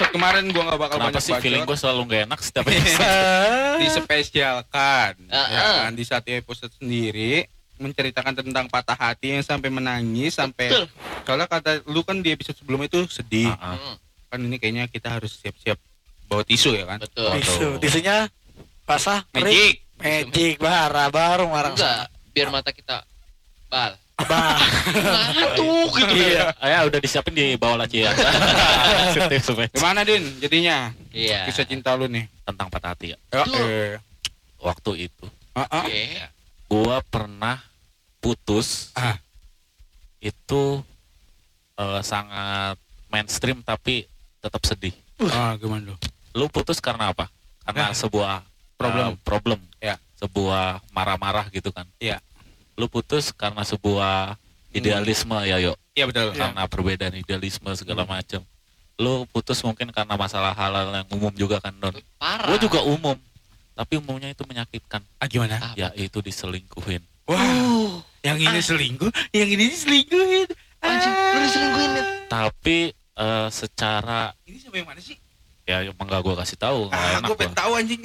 episode kemarin gue gak bakal Kenapa banyak sih feeling gue selalu gak enak setiap episode? Dispesialkan ya kan, di satu episode sendiri menceritakan tentang patah hati yang sampai menangis sampai kalau kata lu kan di episode sebelumnya itu sedih. Kan ini kayaknya kita harus siap-siap bawa tisu ya kan. Betul. Tisunya basah magic baru marang enggak biar mata kita bal ngantuk gitu iya. Ya udah disiapin di bawah laci ya. Gimana Din jadinya? iya Kisah cinta lu nih Tentang patah hati ya. Waktu itu gua pernah putus. Itu sangat mainstream tapi tetap sedih. Gimana lu? Lu putus karena apa? Karena sebuah problem. Ya. Sebuah marah-marah gitu kan. Iya. Lu putus karena sebuah idealisme ya Yo. Iya betul. Karena perbedaan idealisme segala macam. Lu putus mungkin karena masalah hal-hal yang umum juga kan Don. parah Gue juga umum. Tapi umumnya itu menyakitkan. Gimana? Ya itu diselingkuhin. Wah. Yang ini selingkuh, yang ini diselingkuhin. anjing lu diselingkuhin ya? Tapi secara Ini siapa yang mana sih? ya emang gak gue kasih tahu. Gue pengen tahu anjing.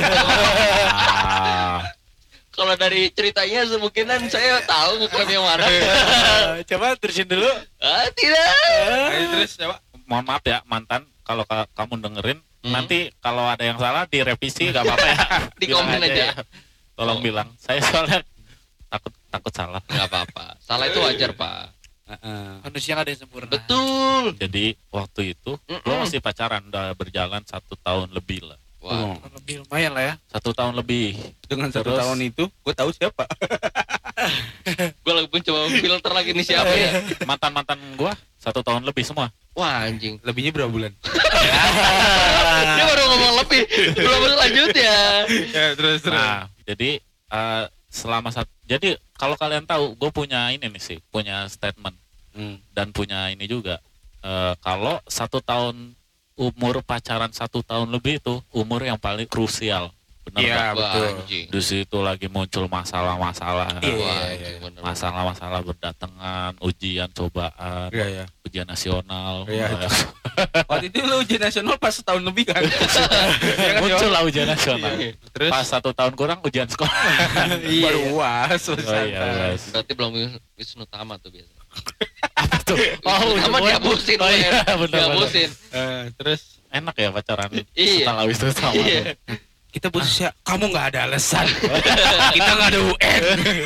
Kalau dari ceritanya kemungkinan saya tahu bukan yang mana. Coba terusin dulu. Tidak. Ayo terus coba. Mohon maaf ya mantan kalau kamu dengerin nanti kalau ada yang salah direvisi gak apa-apa ya. Di Bilang komen aja. ya. Tolong bilang. Saya soalnya takut salah. Enggak apa-apa. Salah itu wajar, Pak. Manusia gak ada yang sempurna. Betul. Jadi waktu itu gue masih pacaran udah berjalan 1 tahun lebih lah. Wah. Lebih lumayan lah ya. 1 tahun lebih. Dengan 1 Terus? tahun itu, gue tahu siapa. Gue lagi coba filter lagi nih siapa ya. Mantan gue 1 tahun lebih semua. Wah, anjing. Lebihnya berapa bulan? Dia baru ngomong lebih. Belum lanjut ya. Ya terus. Nah jadi selama jadi kalau kalian tahu gue punya ini nih sih, punya statement dan punya ini juga kalau 1 tahun umur pacaran 1 tahun lebih itu umur yang paling krusial, benar Iya nggak? betul. Anjing. Di situ lagi muncul masalah-masalah, Wah, anjing, bener. masalah-masalah berdatangan, ujian cobaan, Iya. ujian nasional, Iya. Waktu itu lu ujian nasional pas setahun lebih kan? Ya kan, muncul Jo? lah ujian nasional. Terus? Pas 1 tahun kurang ujian sekolah. Baru UAS. Oh iya, guys. Berarti belum Wisnu Tama tuh biasa. Oh, Sama udah dihapusin. oh, iya, bener. Dihapusin. Terus Enak ya pacaran Iya. setelah itu sama. Iya. kita putus ya. Kamu nggak ada alasan. Kita nggak ada UN.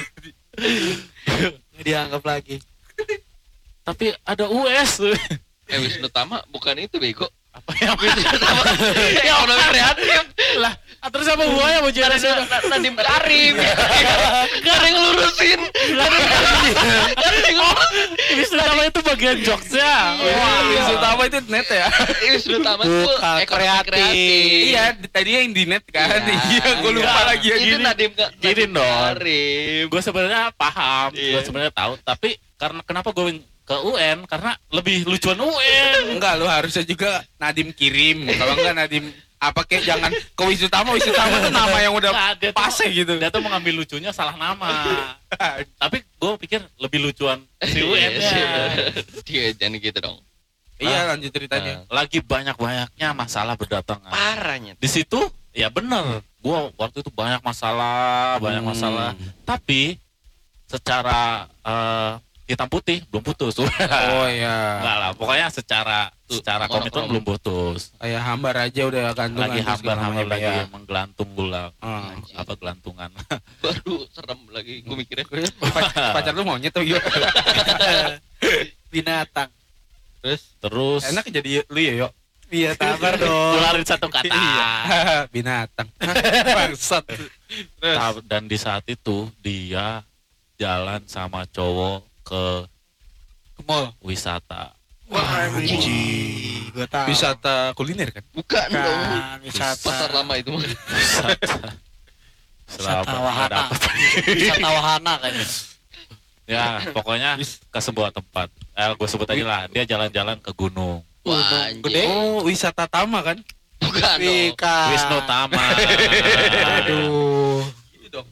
Dianggap lagi. Tapi ada US. Wisnu Tama bukan itu bego. Apa yang Wisnu Tama yang ekonomi kreatif. lah? Terus apa hubungannya mau ujian nasional? Nadiem Karim. Gak ada yang lurusin. Gak ada yang lurusin. Ini selama itu bagian jokesnya. Wah, Wisnu Tama itu net ya. Wisnu Tama tuh Bukan, ekonomi kreatif. kreatif. Iya, tadi yang di net kan. Iya, gue lupa Iya. lagi ya Itu gini. Nadiem Gini dong. Karim. Gue sebenarnya paham, Iya. gue sebenarnya tahu. Tapi karena kenapa gue ke UN? Karena lebih lucuan UN. Enggak, lu harusnya juga Nadiem kirim. Kalau enggak Nadiem apa kek jangan ke Wisnu Tama. Wisnu Tama tuh nama yang udah Nah, dia tuh- pase gitu. Dia tuh mengambil lucunya salah nama. Tapi gue pikir lebih lucuan si UN Iya, nya. Dia jangan gitu dong. Iya, lanjut ceritanya. Lagi banyak-banyaknya masalah berdatangan. Parahnya. Di situ ya bener, gua waktu itu banyak masalah. Tapi secara hitam putih belum putus. Oh iya. Enggak lah, pokoknya secara komitmen monokrom. belum putus. Kayak hambar aja udah gantungan. Lagi terus hambar-hambar namanya, lagi ya. menggelantung gulang. Anjing. Apa gelantungan. Baru serem lagi gue mikirnya. Pacar lu maunya tuh gimana? Binatang. Terus Enak jadi lu ya, Yo. Iya, tabar dong. keluarin satu kata. Binatang. Bangsat. Terus Dan di saat itu dia jalan sama cowok ke mall wisata. Wah, anjing. Gua tahu. wisata kuliner kan? Bukan dong. Kan, wisata. Pasar lama itu mah. Wisata. Wisata Selama wahana. dapet. Wisata wahana kayaknya. Ya, pokoknya ke sebuah tempat. Gue sebut aja lah. Dia jalan-jalan ke gunung. Wah, Gede. anjing. Oh, wisata Tama kan? Bukan dong. Wika. Wisnu Tama. Aduh. Itu dong.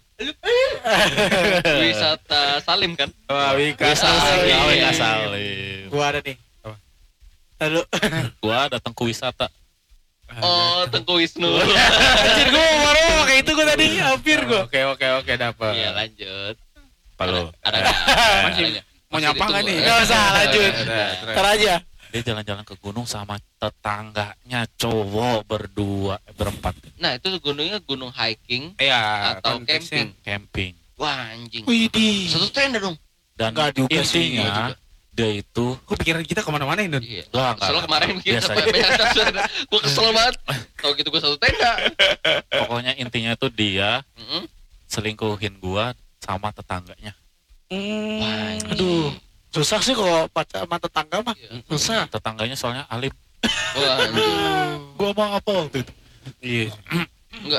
Wisata Salim kan? Wah, Wika Wika Salim. Salim. Gua ada nih. Apa? Lalu Gua datang ke wisata. Oh, Tengku Wisnu. anjir gue mau kayak itu gue tadi hampir gue. Oke dapat. Iya, lanjut. Apa lo? Ada enggak? Masih mau nyapa nggak nih? Nggak usah, lanjut. Ntar aja. Dia jalan-jalan ke gunung sama tetangganya cowok berempat Nah, itu gunungnya gunung hiking Iya, atau konteksnya. camping. camping. Wah, anjing. Widih. Satu tenda dong. Dan Enggak juga sih, intinya dia itu Kok pikiran kita kemana-mana ini? Iya. Enggak, Soalnya enggak. kemarin bikin Biasa sampai aja. banyak tenda. Gue kesel banget. Tau gitu gue satu tenda. pokoknya intinya tuh dia Mm-mm. selingkuhin gua sama tetangganya. Wah, anjing. Aduh, susah sih kalau pacar sama tetangga mah. Iya. Susah. Tetangganya soalnya alim. Wah, anjing. Gua mau apa waktu itu? Iya. Enggak,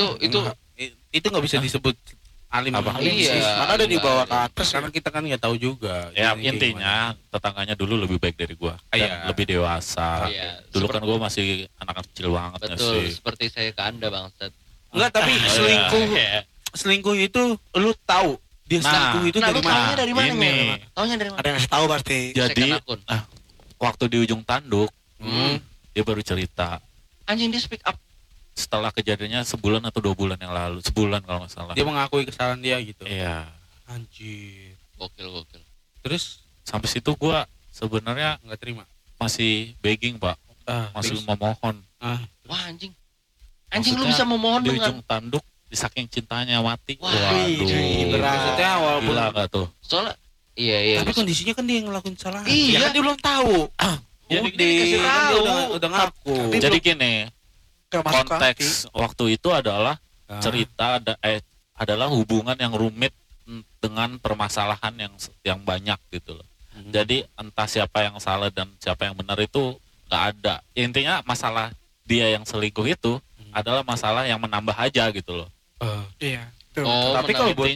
itu Nggak bisa disebut alim. Apa? Alim Iya. sih. Mana ada di bawah ke atas. Karena kita kan nggak tahu juga. Ya Ini kayak intinya tetangganya dulu lebih baik dari gua dan Iya. lebih dewasa. Iya. Dulu kan gua masih anak kecil banget ya betul sih. seperti saya ke Anda, Bang Ustaz. gimana. Nggak, tapi Oh, selingkuh iya. selingkuh itu lu tahu dia Nah, selingkuh itu Nah, dari lu mana? taunya dari mana, Ini. Mir? Taunya dari mana? Ada yang ngasih tahu pasti. Jadi Second akun. waktu di ujung tanduk Hmm. dia baru cerita Anjing, dia speak up. setelah kejadiannya sebulan atau 2 bulan yang lalu, sebulan kalau nggak salah. Dia mengakui kesalahan dia gitu. Iya. Anjir. Gokil. Terus Sampai situ gua sebenarnya nggak terima. masih begging, Pak. Masih terus? memohon. Wah, anjing. Anjing, lu Maksudnya, bisa memohon Di dengan ujung tanduk di saking cintanya mati. Wah, Waduh. berat. Maksudnya walaupun Gila gak tuh? soalnya iya. tapi kondisinya kan dia yang ngelakuin kesalahan. Iya. Ya kan dia belum tahu. Jadi Udah, dikasih kan dia tahu. udah ngaku. Tapi Jadi belum- gini, Gak masuk ke hati. konteks waktu itu adalah cerita adalah hubungan yang rumit dengan permasalahan yang banyak gitu loh. Hmm. Jadi entah siapa yang salah dan siapa yang benar itu nggak ada. Intinya masalah dia yang selingkuh itu adalah masalah yang menambah aja gitu loh. Iya. Tuh. Oh, Tapi kalau buat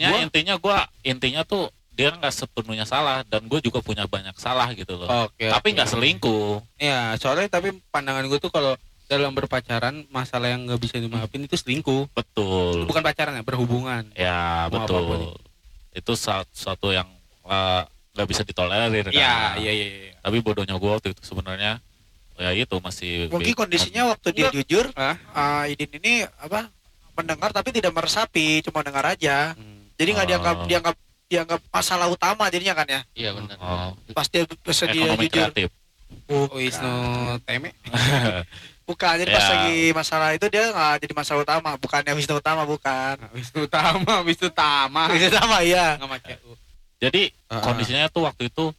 intinya tuh dia nggak sepenuhnya salah dan gue juga punya banyak salah gitu loh. Oke. Tapi nggak selingkuh. Ya, soalnya tapi pandangan gue tuh kalau dalam berpacaran masalah yang nggak bisa dimaafin itu selingkuh. Betul. Bukan pacaran ya, berhubungan. Ya Mau apapun. betul. Itu suatu yang nggak bisa ditolerir kan. Iya. Tapi bodohnya gue waktu itu sebenarnya ya itu masih Mungkin kondisinya waktu dia Enggak. jujur, Hah? Idin ini apa mendengar tapi tidak meresapi, cuma dengar aja. Jadi nggak Oh. dianggap masalah utama jadinya kan ya. Iya benar. Oh, Pas dia bersedia ekonomi jujur. kreatif. Wisnu Teme. Bukan, jadi pas Ya. lagi masalah itu dia nggak jadi masalah utama, bukannya Wisnu utama bukan. Wisnu Tama. Wisnu utama iya. Nggak pakai U. Jadi Ah. kondisinya tuh waktu itu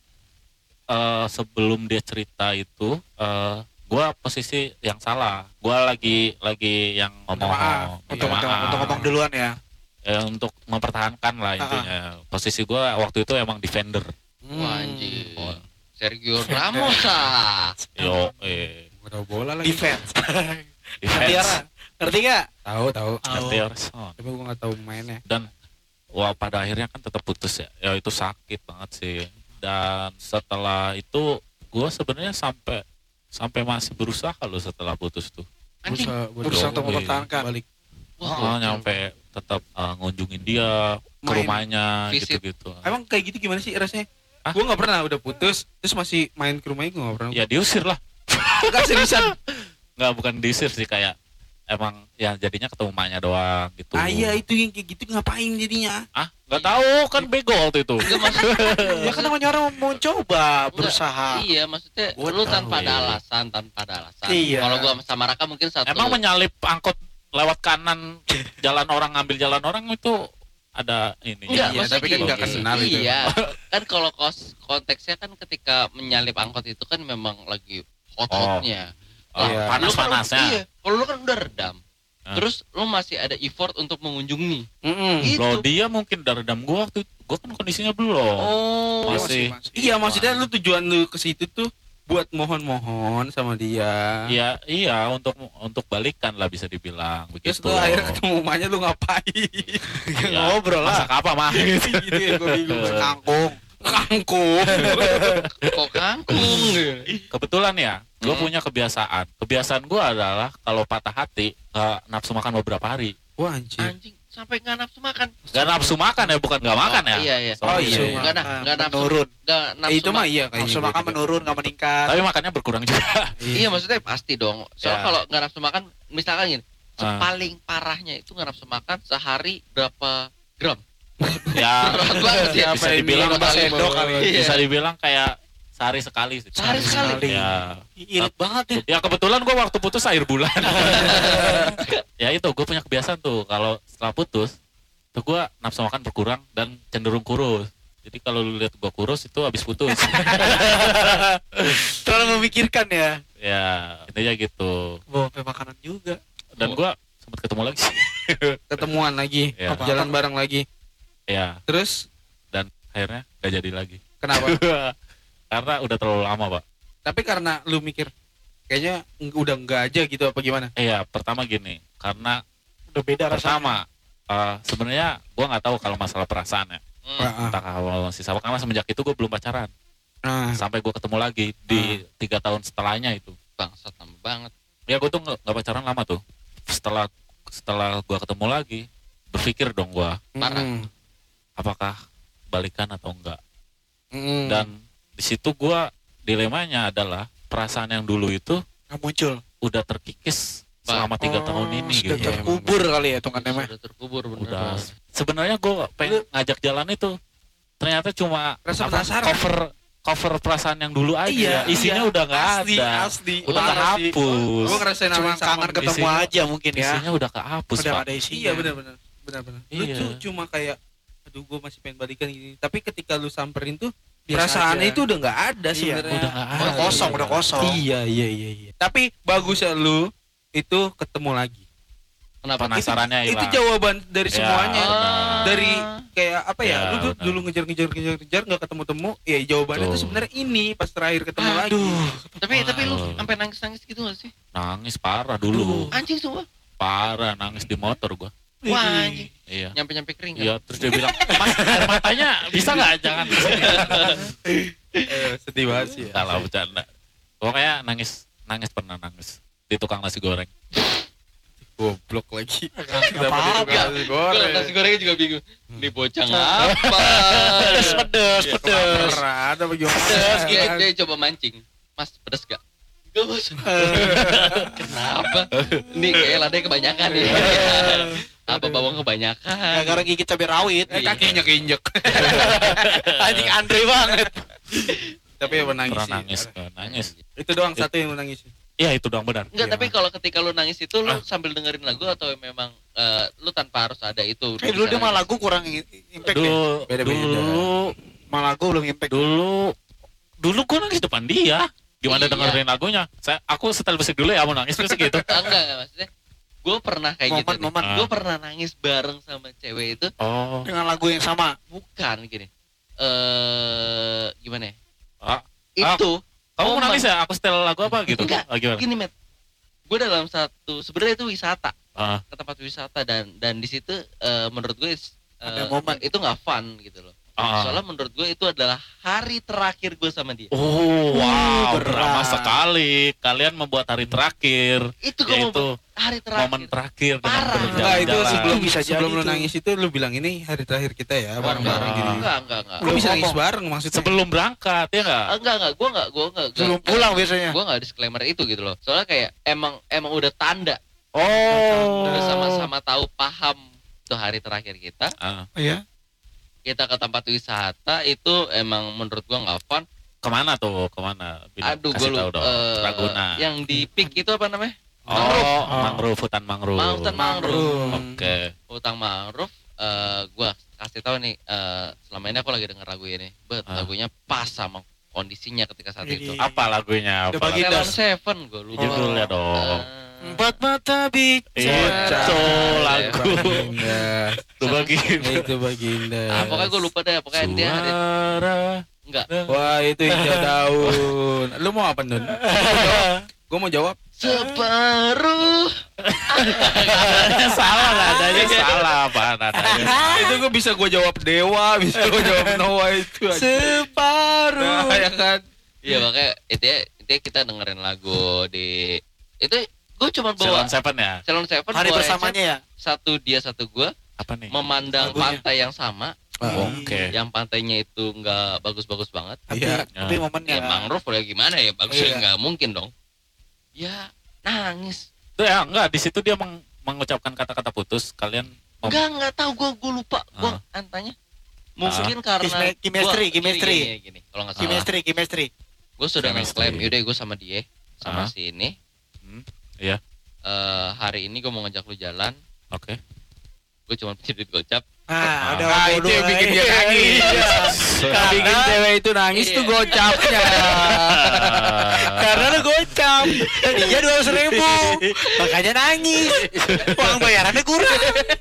sebelum dia cerita itu gue posisi yang salah. Gue lagi yang ngomong Maaf. Untuk ngomong duluan ya. untuk mempertahankan lah intinya. Posisi gue waktu itu emang defender. Wah, anjing. Oh, Sergio Ramos ah. yo, Gua tahu bola lagi. Defense. defense. Ngerti gak? Tahu. Ngerti harus. Oh. Tapi gua nggak tahu mainnya. Dan wah pada akhirnya kan tetap putus ya. Ya itu sakit banget sih. Dan setelah itu gue sebenarnya sampai masih berusaha loh setelah putus tuh. Anjing. Berusaha untuk Iya. mempertahankan. Balik. Oh, nyampe tetap ngunjungin dia ke Main. rumahnya Visit. gitu-gitu. Emang kayak gitu gimana sih rasanya? Hah? Gua nggak pernah udah putus, terus masih main ke rumahnya gua nggak pernah. Ya diusir lah. Enggak seriusan. Nggak, bukan diusir sih, kayak emang ya jadinya ketemu emaknya doang gitu. Ah iya, itu yang kayak gitu ngapain jadinya? Ah, nggak tahu kan bego waktu itu. Enggak maksud. Ya kan namanya orang mau coba, berusaha. Iya, maksudnya Gua lu tahu, tanpa ada iya. alasan. Iya. Kalau gua sama Raka mungkin satu. Emang menyalip angkot lewat kanan jalan orang, ngambil jalan orang itu ada ini. Enggak, Iya, maksudnya tapi kan gini. nggak kenal itu. Iya. Kan kalau konteksnya kan ketika menyalip angkot itu kan memang lagi hot-hotnya. Oh, Iya. panas-panasnya. Iya, kalau lu kan udah redam. Ah. Terus lu masih ada effort untuk mengunjungi. Mm-mm. Loh, dia mungkin udah redam gua waktu itu. Gua kan kondisinya belum. Oh, Masih. Iya, maksudnya lu tujuan lu ke situ tuh buat mohon-mohon sama dia. Iya, untuk balikan lah bisa dibilang Terus begitu. lu akhirnya ketemu rumahnya lu ngapain? Ya, ngobrol lah. masak apa mah? gitu ya gua bingung. Kangkung. Kangkung. kok kangkung. Kebetulan ya, gue punya kebiasaan. Kebiasaan gue adalah kalau patah hati nggak nafsu makan beberapa hari. Wah anjir. Anjing, sampai nggak nafsu makan. Gak nafsu makan ya, bukan gak makan ya. Iya. Oh iya. Nggak nafsu. Menurun. Nggak nafsu. Itu mah iya kayaknya. Nafsu makan menurun, nggak meningkat. Tapi makannya berkurang juga. Iya maksudnya pasti dong. Soalnya Ya. kalau nggak nafsu makan, misalkan gini, paling parahnya itu nggak nafsu makan sehari berapa gram? Ya, Berat banget ya. bisa dibilang Lima sendok kali. Iya. bisa dibilang kayak sehari sekali sih. Sehari sekali. Ya. Irit banget ya. Ya kebetulan gue waktu putus akhir bulan. Ya itu gue punya kebiasaan tuh kalau setelah putus tuh gue nafsu makan berkurang dan cenderung kurus. Jadi kalau lu lihat gue kurus itu habis putus. Terlalu memikirkan ya. Ya intinya gitu. Bawa makanan juga. Dan gue sempat ketemu lagi sih. Ketemuan lagi, Ya. jalan bareng lagi. Ya Terus dan akhirnya gak jadi lagi. kenapa? Karena udah terlalu lama pak. Tapi karena lu mikir kayaknya udah enggak aja gitu apa gimana? Iya pertama gini karena Udah beda rasanya. pertama sebenarnya gue nggak tahu kalau masalah perasaan ya. Entah kalau masih sama karena semenjak itu gue belum pacaran Nah, sampai gue ketemu lagi di 3 tahun setelahnya itu. Bangsat tambah banget. Ya gue tuh nggak pacaran lama tuh. Setelah gue ketemu lagi berpikir dong gue Parah. apakah balikan atau enggak. mm. Dan di situ gue dilemanya adalah perasaan yang dulu itu Nggak muncul. udah terkikis selama 3 tahun ini Sudah gitu. terkubur kali ya hitungannya mah. Sudah terkubur bener. Udah. Sebenarnya gue pengen ngajak jalan itu ternyata cuma Rasa apa, penasaran. cover perasaan yang dulu aja. Iya, Isinya iya. udah nggak Asli, ada. asli. Udah Parah sih. kehapus. Gua ngerasain Cuma sama kangen ketemu isinya- aja mungkin ya. Isinya udah kehapus Udah pak. nggak ada isinya. Iya benar-benar. Lu Iya. tuh cuma kayak aduh gue masih pengen balikan gini. Tapi ketika lu samperin tuh Biasa perasaannya aja. itu udah nggak ada Iya, sebenarnya. Udah nggak Udah ada. kosong, udah kosong. Iya. Tapi bagusnya lu itu ketemu lagi. Kenapa? Penasarannya Itu hilang. jawaban dari Ya, semuanya. benar. Dari kayak apa ya? Ya, Lu tuh benar. dulu ngejar nggak ketemu-temu. Ya jawabannya tuh Tuh. sebenarnya ini pas terakhir ketemu lagi. Tapi lu Aduh. sampai nangis gitu gak sih? Nangis parah dulu. Anjing semua. Parah nangis di motor gua. Wah anjing. Iya. Nyampe kering kan? Iya terus dia bilang, "Mas, air matanya bisa nggak jangan di sini." Sedih banget sih. Kalau bercanda. Pokoknya nangis pernah nangis di tukang nasi goreng. Goblok lagi. apa-apa. Nasi Gua goreng. nasi gorengnya juga bingung. Ini bocah apa? Pedes. Berat apa gimana? Pedes gitu. Dia coba mancing. Mas, pedes gak? Gak mas. Kenapa? Ini kayak ladanya kebanyakan ya. Apa bawang kebanyakan? Gara-gara gigit cabai rawit. Kakinya keinjek. Anjing Andre banget. Tapi ya menangis Pernah sih. nangis, nangis. Itu doang satu yang menangis. Iya itu dong benar. Enggak, Iya, tapi kalau ketika lu nangis itu lu sambil dengerin lagu atau memang lu tanpa harus ada itu? Kayak dulu dia mah lagu kurang impact deh. Beda-beda. Dulu Mah lagu belum impact. dulu gue nangis depan dia. Gimana Iya. dengerin lagunya? Aku setel musik dulu ya mau nangis terus gitu. Enggak maksudnya. Gue pernah kayak gitu. Momen-momen. Gue pernah nangis bareng sama cewek itu. Oh. Dengan lagu yang sama. Bukan gini. Gimana ya? Ah, Itu kamu mau momen. nangis ya? Aku setel lagu apa gitu? Enggak. Gimana? Gini, Met. Gue dalam sebenarnya itu wisata. Ah, Ke tempat wisata dan di situ menurut gue Ada momen. itu nggak fun gitu loh. ah. Soalnya menurut gue itu adalah hari terakhir gue sama dia. Oh, wow, berat. drama sekali. Kalian membuat hari terakhir, Itu gue yaitu hari terakhir. momen terakhir dengan Parah. Enggak, itu berjalan-jalan. sebelum Bisa sebelum jadi lu tuh. nangis itu lu bilang ini hari terakhir kita ya bareng-bareng enggak. gini. Enggak. Lu bisa nangis ngomong. bareng maksudnya. Sebelum berangkat ya nggak? Enggak. Gue enggak. Sebelum pulang biasanya. Gue enggak disclaimer itu gitu loh. Soalnya kayak emang udah tanda. Oh. Udah sama-sama tahu paham itu hari terakhir kita. Ah, Iya. Kita ke tempat wisata itu emang menurut gue nggak fun. kemana tuh? Kemana? Aduh, Kasih gue tahu lupa. dong. Ragunan. Yang di Peak itu apa namanya? Oh, mangrove, hutan mangrove. Hutan mangrove. Oke. Hutan mangrove. Gue kasih tahu nih. Selama ini aku lagi denger lagu ini. Lagunya pas sama kondisinya ketika saat itu. Ini. Apa lagunya? Udah Apa bagi lagunya? Salon Seven gue lupa. Judulnya dong. Empat mata bicara. Itu lagu. Baginda. Itu bagi. Itu Baginda. Pokoknya gue lupa deh. Pokoknya dia ada. Suara. Enggak. Wah, itu hijau daun. Lu mau apa, Nun? Gue mau jawab. Separuh. Salah nadanya salah apa nadanya. Itu gue bisa gue jawab Dewa, bisa gue jawab Noah itu aja. Separuh. Nah, ya kan? Iya makanya itu kita dengerin lagu di itu gue cuma bawa Salon Seven ya. Salon Seven Hari bawa bersamanya ya. satu dia satu gue Apa nih? memandang Lagunya. pantai yang sama, Oke. yang pantainya itu nggak bagus-bagus banget. Tapi momennya. Ya mangrove boleh gimana ya, bagusnya Iya. nggak mungkin dong. Ya nangis. Tuh ya enggak, di situ dia mengucapkan kata-kata putus. Kalian Nggak tahu, gue lupa gue antanya. Mungkin karena Chemistry. gini, kalau nggak salah. Chemistry. Gue sudah Chemistry. ngeklaim, yaudah gue sama dia, sama si ini. Iya. Hari ini gue mau ngajak lu jalan. Oke. Gue cuma punya duit gocap. Nah, itu yang bikin dia nangis. Yang bikin cewek itu nangis tuh gocapnya. Karena lu gocap. Tadinya 200.000. Makanya nangis. Uang bayarannya kurang.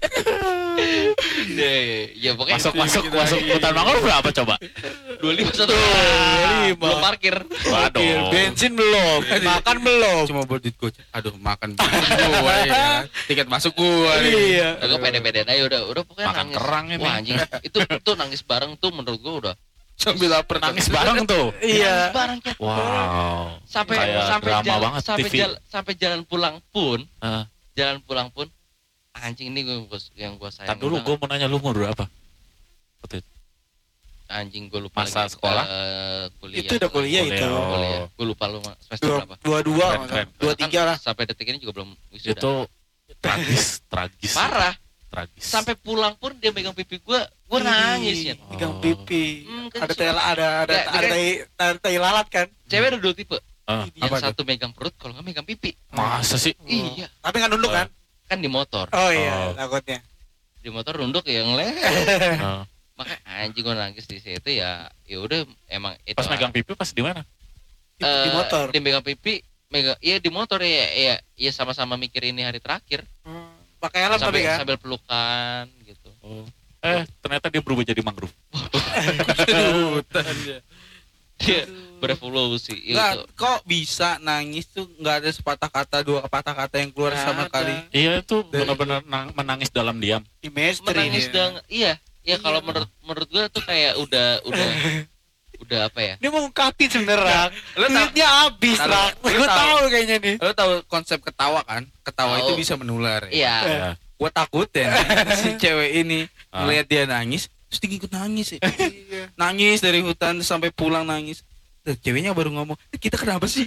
Ya pokoknya Masuk hutan mangrove berapa coba? 25 belum parkir. Waduh. Bensin belum. Makan belum. Cuma buat duit gocap. Aduh, makan gua ya. Tiket masuk gua nih. Iya. Gue pede-pede aja udah pokoknya Makan nangis. kerang ini. Wah anjing, itu nangis bareng tuh menurut gue udah Sambil lapar Nangis bareng tuh. nangis Iya. bareng ya. Wow. Sampai Kayak drama banget TV. sampai jalan pulang pun, Ah. anjing ini yang gue sayang. Tar dulu gue mau nanya lu umur berapa? Waktu itu. Anjing gue lupa Masa lagi. sekolah? Kuliah. Itu udah kuliah itu. Oh. Gue lupa lu semester berapa. 22, Keren. 23 lah. Sampai detik ini juga belum wisuda. Itu tragis. Parah. Tragis. Sampai pulang pun dia megang pipi gue nangis ya. Pegang pipi. Kan Ada tai lalat kan. Cewek ada dua tipe. Iya. Yang Apa satu megang perut, kalau nggak megang pipi. Masa sih? Iya. Tapi nggak nunduk kan? Kan di motor. Oh iya, takutnya. Di motor nunduk yang Ah. Makanya anjing gue nangis di situ ya udah emang itu Pas megang pipi pas di mana? Di motor. dia megang pipi di motor ya sama-sama mikir ini hari terakhir Pakai helm tapi kan. sambil pelukan gitu. Ternyata dia berubah jadi mangrove. Dia berevolusi Enggak, itu. kok bisa nangis tuh nggak ada sepatah kata, dua patah kata yang keluar Nggak sama ada. kali. Iya itu benar-benar menangis dalam diam. Chemistry Menangis dia. dan iya kalau menurut gue tuh kayak udah apa ya? Dia mau ngungkapin sebenarnya. Lu tahu- Duitnya habis Tahu- lah. lu Gue tahu- tahu kayaknya nih. Lo tahu konsep ketawa kan? Ketawa Tahu. itu bisa menular. Iya. Ya. Gue takut ya si cewek ini Ah. ngeliat dia nangis, terus dia ikut nangis ya. Nangis dari hutan sampai pulang nangis. Tuh, ceweknya baru ngomong, kita kenapa sih?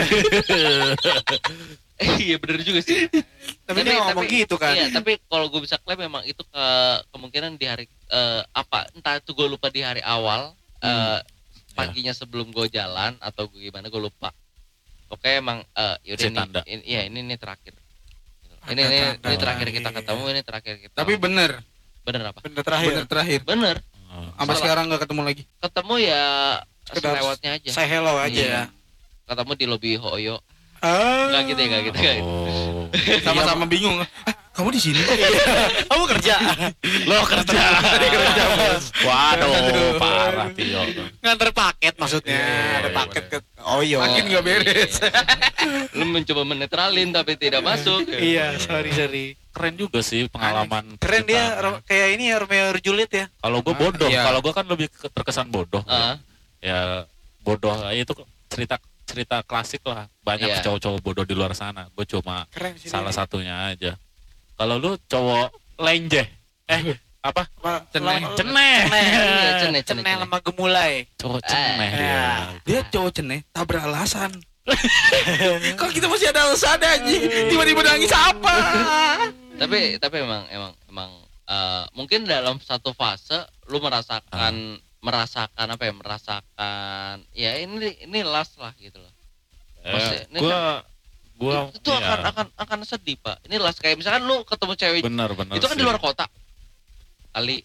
Iya bener juga sih. Tapi dia ngomong gitu kan. Iya, tapi kalau gue bisa klaim memang itu kemungkinan di hari entah itu gue lupa di hari awal paginya sebelum gue jalan atau gue gimana gue lupa. Oke emang yaudah Si tanda. ini terakhir. Ini terakhir kita ketemu, ini terakhir kita. Tapi bener bener apa? Bener terakhir. bener. Sampai Salah. sekarang nggak ketemu lagi. Ketemu ya Sekedar selewatnya aja. Say hello aja Iya. ya. Ketemu di lobi Hoyo. Ah. Enggak gitu ya, enggak gitu. Oh. Sama-sama bingung. Kamu di sini? Kamu kerja. Lo kerja. Kerja, Bos. Waduh, parah Tio. Nganter paket maksudnya. Ada Iya, paket ke Oyo. Makin nggak beres. Lu mencoba menetralin tapi tidak masuk. Iya, sorry. Keren juga sih pengalaman. Keren dia percintaan. kayak ini ya Romeo Juliet ya. Kalau gue bodoh, Iya. kalau gue kan lebih terkesan bodoh. Ah. Ya bodoh itu cerita klasik lah. Banyak Iya. cowok-cowok bodoh di luar sana. Gue cuma Keren sih. salah satunya aja. Kalau lu cowok lenje, apa? Ceneh. Ceneh. Iya, ceneh. Ceneh lemah gemulai. Cowok ceneh dia. Dia cowok ceneh, tak beralasan. Kalau kita masih ada alasan anjing, tiba-tiba nangis apa? Tapi emang mungkin dalam satu fase lu merasakan apa ya, merasakan ya ini last lah gitu loh. Maksudnya, ini Gua itu iya. akan sedih Pak. Ini last kayak misalkan lu ketemu cewek bener itu kan sih. di luar kota kali.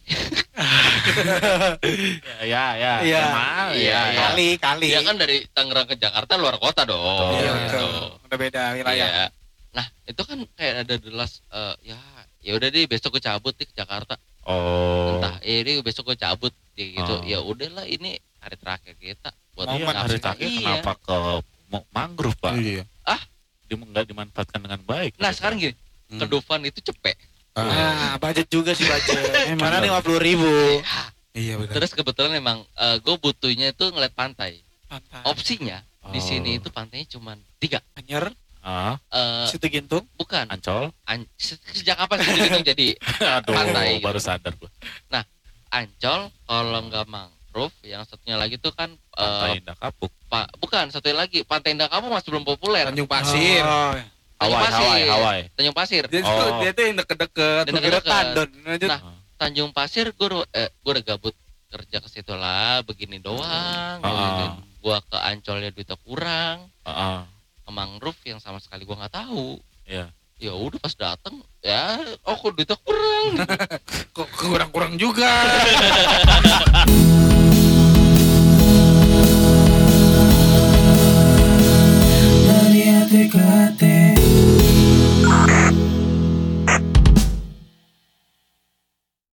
Ya Iya. emang, Iya. Kali. Dia kan dari Tangerang ke Jakarta luar kota dong. Iya, Gitu. betul. Udah beda wilayah. Iya. Nah itu kan kayak ada the last ya udah deh besok gue cabut nih ke Jakarta. Oh. Entah ini besok gue cabut gitu. Oh. Ya udahlah ini hari terakhir kita buat Iya, Momen hari ngapain. terakhir Iya. kenapa ke mangrove Pak? Iya. Dia nggak dimanfaatkan dengan baik. Nah sekarang gini, ke Dufan itu cepet. Nah, budget juga sih budget. Mana 50.000. Iya benar. Terus kebetulan memang gue butuhnya itu ngeliat pantai. Pantai. Opsinya di Oh. sini itu pantainya cuma 3. Anyer. Situ Gintung. Bukan. Ancol. Sejak kapan Situ Gintung jadi Aduh, pantai? baru sadar gua. Nah, Ancol kalau nggak mangrove, yang satunya lagi tuh kan Pantai Indah Kapuk. bukan, satunya lagi Pantai Indah Kapuk masih belum populer. Tanjung Pasir. Tanjung Pasir. Hawaii. Tanjung Pasir. Dia tuh yang deket-deket. Dan deket-deket. Lanjut. Nah, Tanjung Pasir gue udah gabut kerja ke situ lah, begini doang. Gua ke Ancolnya duitnya kurang. Ke mangrove yang sama sekali gua nggak tahu. Iya. Ya udah pas dateng ya, kok duitnya kurang. Kok kurang-kurang juga.